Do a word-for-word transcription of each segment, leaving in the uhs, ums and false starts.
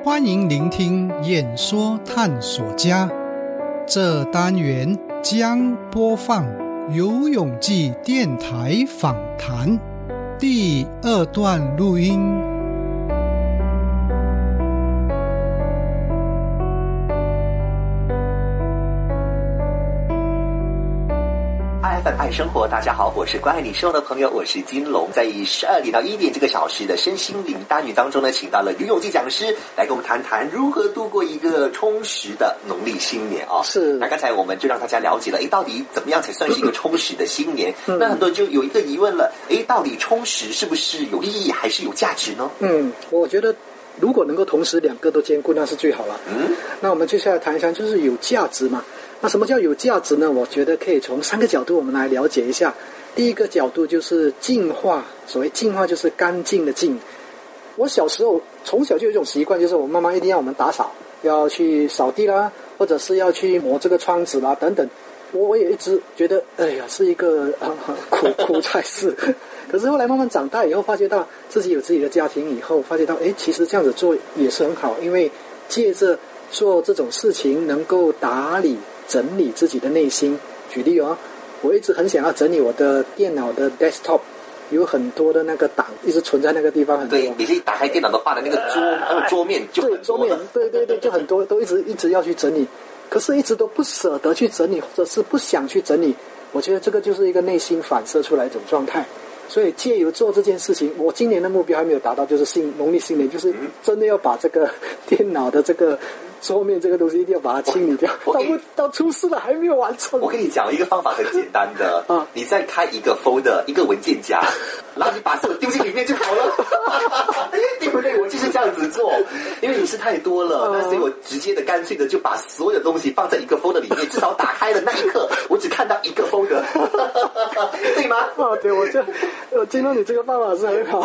欢迎聆听演说探索家，这单元将播放游泳记电台访谈第二段录音。 爱 F M 爱生活，大家好，我是关爱你生活的朋友，我是金龙。在以十二点到一点这个小时的身心灵单元当中呢，请到了游泳记讲师来跟我们谈谈如何度过一个充实的农历新年哦。 是。 那刚才我们就让大家了解了，诶，到底怎么样才算是一个充实的新年？嗯、那很多人就有一个疑问了，诶，到底充实是不是有意义还是有价值呢？ 嗯，我觉得如果能够同时两个都兼顾，那是最好了。嗯。那我们接下来谈一谈，就是有价值嘛。那什么叫有价值呢？我觉得可以从三个角度我们来了解一下。第一个角度就是净化，所谓净化就是干净的净。我小时候从小就有一种习惯，就是我妈妈一定要我们打扫，要去扫地啦，或者是要去磨这个窗子啦等等。我我也一直觉得，哎呀，是一个、啊、苦苦差事。可是后来慢慢长大以后，发觉到自己有自己的家庭以后，发觉到，哎，其实这样子做也是很好，因为借着做这种事情，能够打理整理自己的内心。举例哦，我一直很想要整理我的电脑的 desktop， 有很多的那个档一直存在那个地方很多。 对，你是打开电脑的话的那个桌那个桌面就很多。 对，桌面，对对对，就很多，都一直一直要去整理，可是一直都不舍得去整理，或者是不想去整理。我觉得这个就是一个内心反射出来一种状态。所以借由做这件事情，我今年的目标还没有达到，就是新农历新年，就是真的要把这个电脑的这个桌面这个东西一定要把它清理掉。到不到出事了还没有完成。 我跟你讲一个方法很简单的，啊、你再开一个 folder 一个文件夹，然后你把所有丢进里面就好了，对不对？我就是这样子做，因为你是太多了，那、啊、所以我直接的干脆的就把所有东西放在一个 folder 里面，至少打开的那一刻，我只看到一个 folder， 对吗？ 啊，对，我就我听到你这个办法是很好。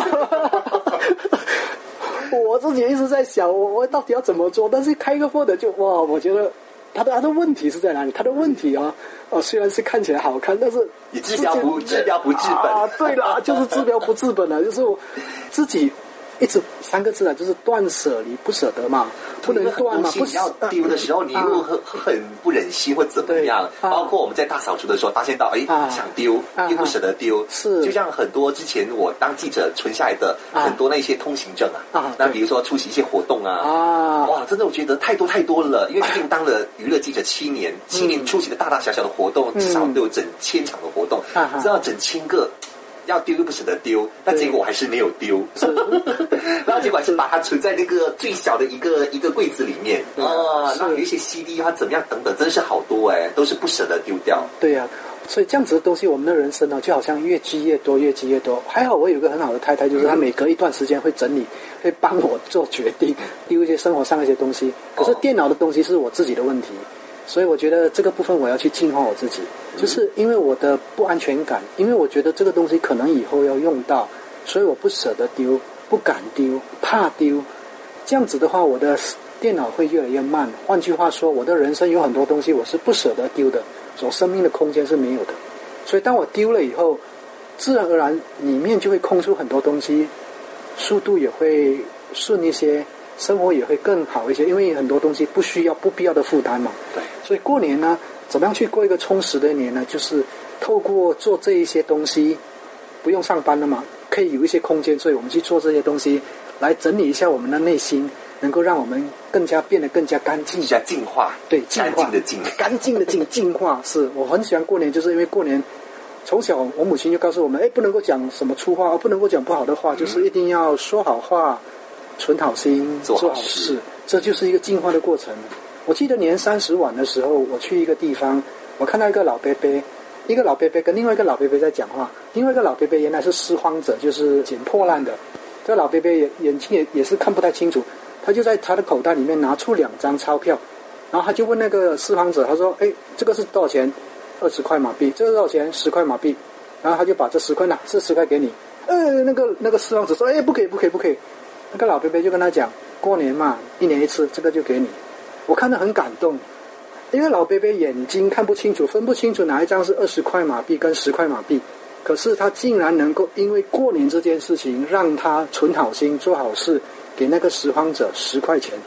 我自己一直在想，我我到底要怎么做？但是开一个 folder 就哇，我觉得它的它的问题是在哪里？它的问题啊，哦，虽然是看起来好看，但是你治标不治标不治本啊！对了，就是治标不治本了，就是我自己一直三个字啊，就是断舍离，不舍得嘛，不能断嘛，不你要丢的时候，你又很很不忍心或怎么样？包括我们在大扫除的时候，发现到哎想丢又不舍得丢，是就像很多之前我当记者存下来的很多那些通行证啊，那比如说出席一些活动啊，哇，真的我觉得太多太多了，因为毕竟当了娱乐记者七年，七年出席的大大小小的活动，至少都有整千场的活动，知道整千个。要丢又不舍得丢，但结果我还是没有丢，然后结果还是把它存在那个最小的一个一个柜子里面啊，然后有一些 C D 它怎么样等等，真是好多哎，都是不舍得丢掉。 对呀、啊，所以这样子的东西，我们的人生呢，就好像越积越多，越积越多。还好我有个很好的太太，就是她每隔一段时间会整理，会帮我做决定，丢一些生活上的一些东西。可是电脑的东西是我自己的问题。所以我觉得这个部分我要去净化我自己，就是因为我的不安全感，因为我觉得这个东西可能以后要用到，所以我不舍得丢，不敢丢，怕丢。这样子的话，我的电脑会越来越慢。换句话说，我的人生有很多东西我是不舍得丢的，我生命的空间是没有的。所以当我丢了以后，自然而然里面就会空出很多东西，速度也会顺一些。生活也会更好一些，因为很多东西不需要不必要的负担嘛。 对， 所以过年呢，怎么样去过一个充实的一年呢？就是透过做这一些东西，不用上班了嘛，可以有一些空间，所以我们去做这些东西，来整理一下我们的内心，能够让我们更加变得更加干净， 更加净化。 对，净化， 干净的净， 干净的净，净化。是我很喜欢过年，就是因为过年。从小我母亲就告诉我们，哎，不能够讲什么粗话，不能够讲不好的话，嗯、就是一定要说好话。存好心，做好事，这就是一个进化的过程。我记得年三十晚的时候，我去一个地方，我看到一个老伯伯，一个老伯伯跟另外一个老伯伯在讲话，另外一个老伯伯原来是拾荒者，就是捡破烂的。这个老伯伯也眼睛也也是看不太清楚，他就在他的口袋里面拿出两张钞票，然后他就问那个拾荒者，他说：“哎，这个是多少钱？二十块马币。这个多少钱？十块马币。”然后他就把这十块拿，这十块给你。呃，那个那个拾荒者说：“哎，不可以，不可以，不可以。”那个老伯伯就跟他讲，过年嘛，一年一次，这个就给你。我看得很感动，因为老伯伯眼睛看不清楚，分不清楚哪一张是二十块马币跟十块马币，可是他竟然能够因为过年这件事情，让他存好心做好事，给那个拾荒者十块钱，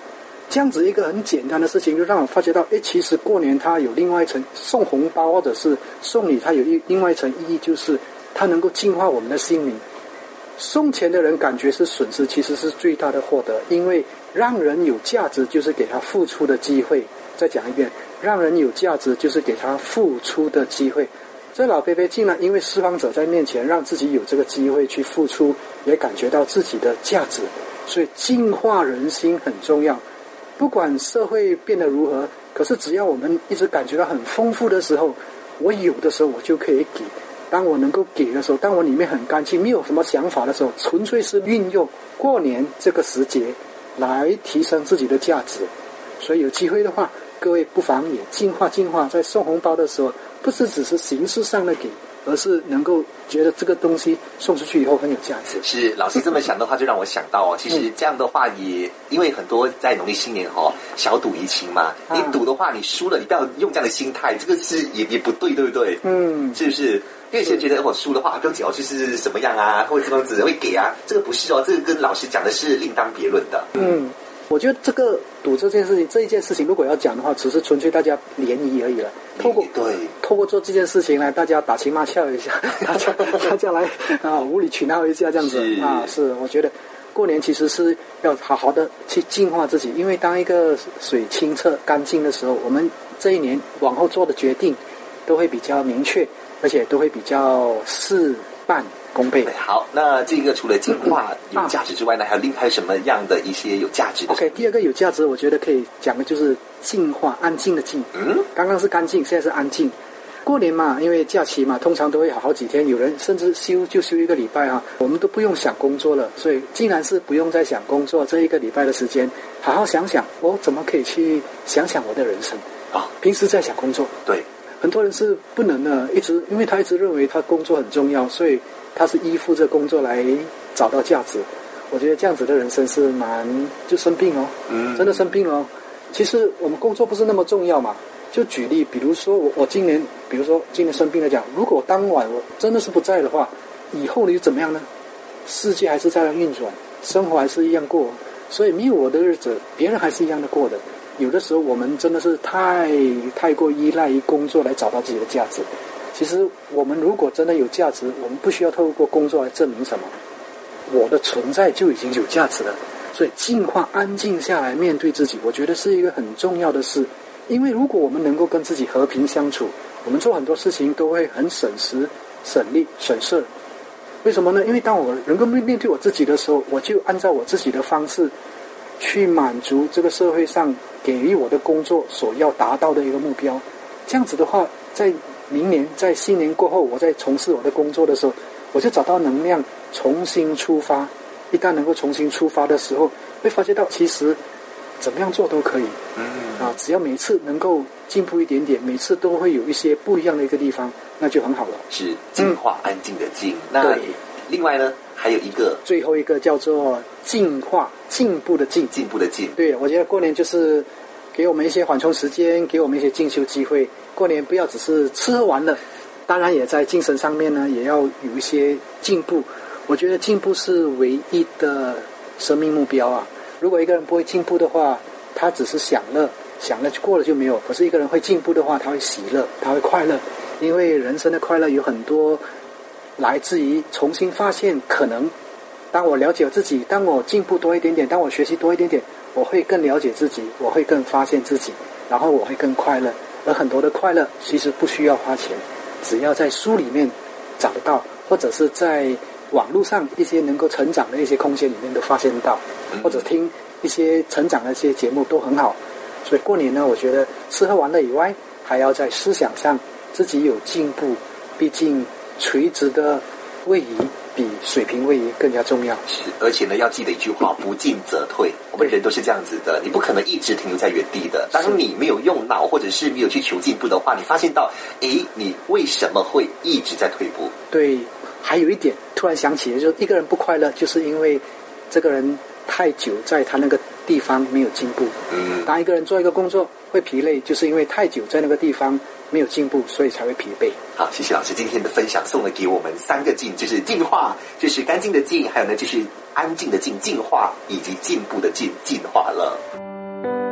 这样子一个很简单的事情，就让我发觉到，哎，其实过年它有另外一层送红包或者是送礼，它有一另外一层意义，就是它能够净化我们的心灵。送钱的人感觉是损失，其实是最大的获得，因为让人有价值就是给他付出的机会。再讲一遍，让人有价值就是给他付出的机会。这老伯伯竟然因为释放者在面前，让自己有这个机会去付出，也感觉到自己的价值。所以净化人心很重要，不管社会变得如何，可是只要我们一直感觉到很丰富的时候，我有的时候我就可以给。当我能够给的时候，当我里面很干净，没有什么想法的时候，纯粹是运用过年这个时节来提升自己的价值。所以有机会的话，各位不妨也净化净化，在送红包的时候，不是只是形式上的给，而是能够觉得这个东西送出去以后很有价值。 是，老师这么想的话，就让我想到哦，其实这样的话也，因为很多在农历新年哈、哦，小赌怡情嘛，你赌的话，你输了，你不要用这样的心态，这个是也也不对，对不对？嗯，是不是？因为有些人觉得我输的话不用紧哦，就是什么样啊，或者怎么样子会给啊，这个不是哦，这个跟老师讲的是另当别论的。嗯， 我觉得这个赌这件事情，这一件事情如果要讲的话，只是纯粹大家联谊而已了。透过对， 透过做这件事情来，大家打情骂俏一下，大家大家来啊无理取闹一下这样子啊，是我觉得过年其实是要好好的去净化自己，因为当一个水清澈干净的时候，我们这一年往后做的决定都会比较明确。而且都会比较事半功倍。 好，那这个除了净化有价值之外呢，还有另还有什么样的一些有价值的 ？OK， 第二个有价值，我觉得可以讲的就是净化，安静的静。嗯，刚刚是干净，现在是安静。过年嘛，因为假期嘛，通常都会好好几天，有人甚至休就休一个礼拜哈、啊，我们都不用想工作了。所以，既然是不用再想工作，这一个礼拜的时间，好好想想，我怎么可以去想想我的人生啊？平时在想工作， 对。 很多人是不能的，一直因为他一直认为他工作很重要，所以他是依附着工作来找到价值。我觉得这样子的人生是蛮就生病哦，嗯，真的生病了哦。其实我们工作不是那么重要嘛。就举例，比如说我我今年，比如说今年生病来讲，如果当晚我真的是不在的话，以后你怎么样呢？世界还是在运转，生活还是一样过，所以没有我的日子，别人还是一样的过的。有的时候我们真的是太太过依赖于工作来找到自己的价值。其实我们如果真的有价值，我们不需要透过工作来证明什么，我的存在就已经有价值了。所以净化安静下来面对自己，我觉得是一个很重要的事。因为如果我们能够跟自己和平相处，我们做很多事情都会很省时省力省事。为什么呢？因为当我能够面对我自己的时候，我就按照我自己的方式去满足这个社会上给予我的工作所要达到的一个目标。这样子的话，在明年在新年过后，我在从事我的工作的时候，我就找到能量重新出发。一旦能够重新出发的时候，会发觉到其实怎么样做都可以。嗯啊，只要每次能够进步一点点，每次都会有一些不一样的一个地方，那就很好了。 是净化安静的静。嗯、那另外呢，还有一个最后一个叫做净化进步的进。 进步的进。 对，我觉得过年就是给我们一些缓冲时间，给我们一些进修机会。过年不要只是吃喝玩乐，当然也在精神上面呢，也要有一些进步。我觉得进步是唯一的生命目标啊！如果一个人不会进步的话，他只是享乐，享乐就过了就没有。可是一个人会进步的话，他会喜乐，他会快乐。因为人生的快乐有很多来自于重新发现可能。当我了解自己，当我进步多一点点，当我学习多一点点，我会更了解自己，我会更发现自己，然后我会更快乐。而很多的快乐其实不需要花钱，只要在书里面找得到，或者是在网络上一些能够成长的一些空间里面都发现到，或者听一些成长的一些节目都很好。所以过年呢，我觉得吃喝玩乐以外，还要在思想上自己有进步。毕竟垂直的位移比水平位移更加重要。 是，而且呢，要记得一句话：不进则退。我们人都是这样子的，你不可能一直停留在原地的。当你没有用脑，或者是没有去求进步的话，你发现到，诶，你为什么会一直在退步？ 对。还有一点突然想起，就是一个人不快乐，就是因为这个人太久在他那个地方没有进步。嗯，当一个人做一个工作会疲累，就是因为太久在那个地方没有进步，所以才会疲惫。 好，谢谢老师今天的分享，送了给我们三个进，就是净化，就是干净的净，还有呢就是安静的静，净化以及进步的进，进化了。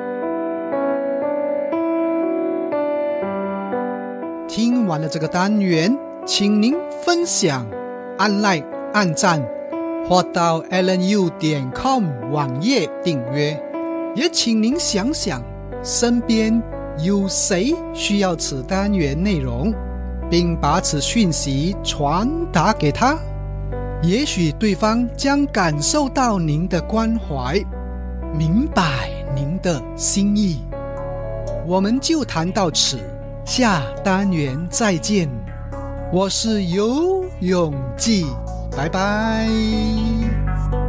听完了这个单元，请您分享、按 like、按赞，或到 a l l e n u 点 com 网页订阅。也请您想想，身边有谁需要此单元内容，并把此讯息传达给他。也许对方将感受到您的关怀，明白您的心意。我们就谈到此，下单元再见。我是游泳记，拜拜。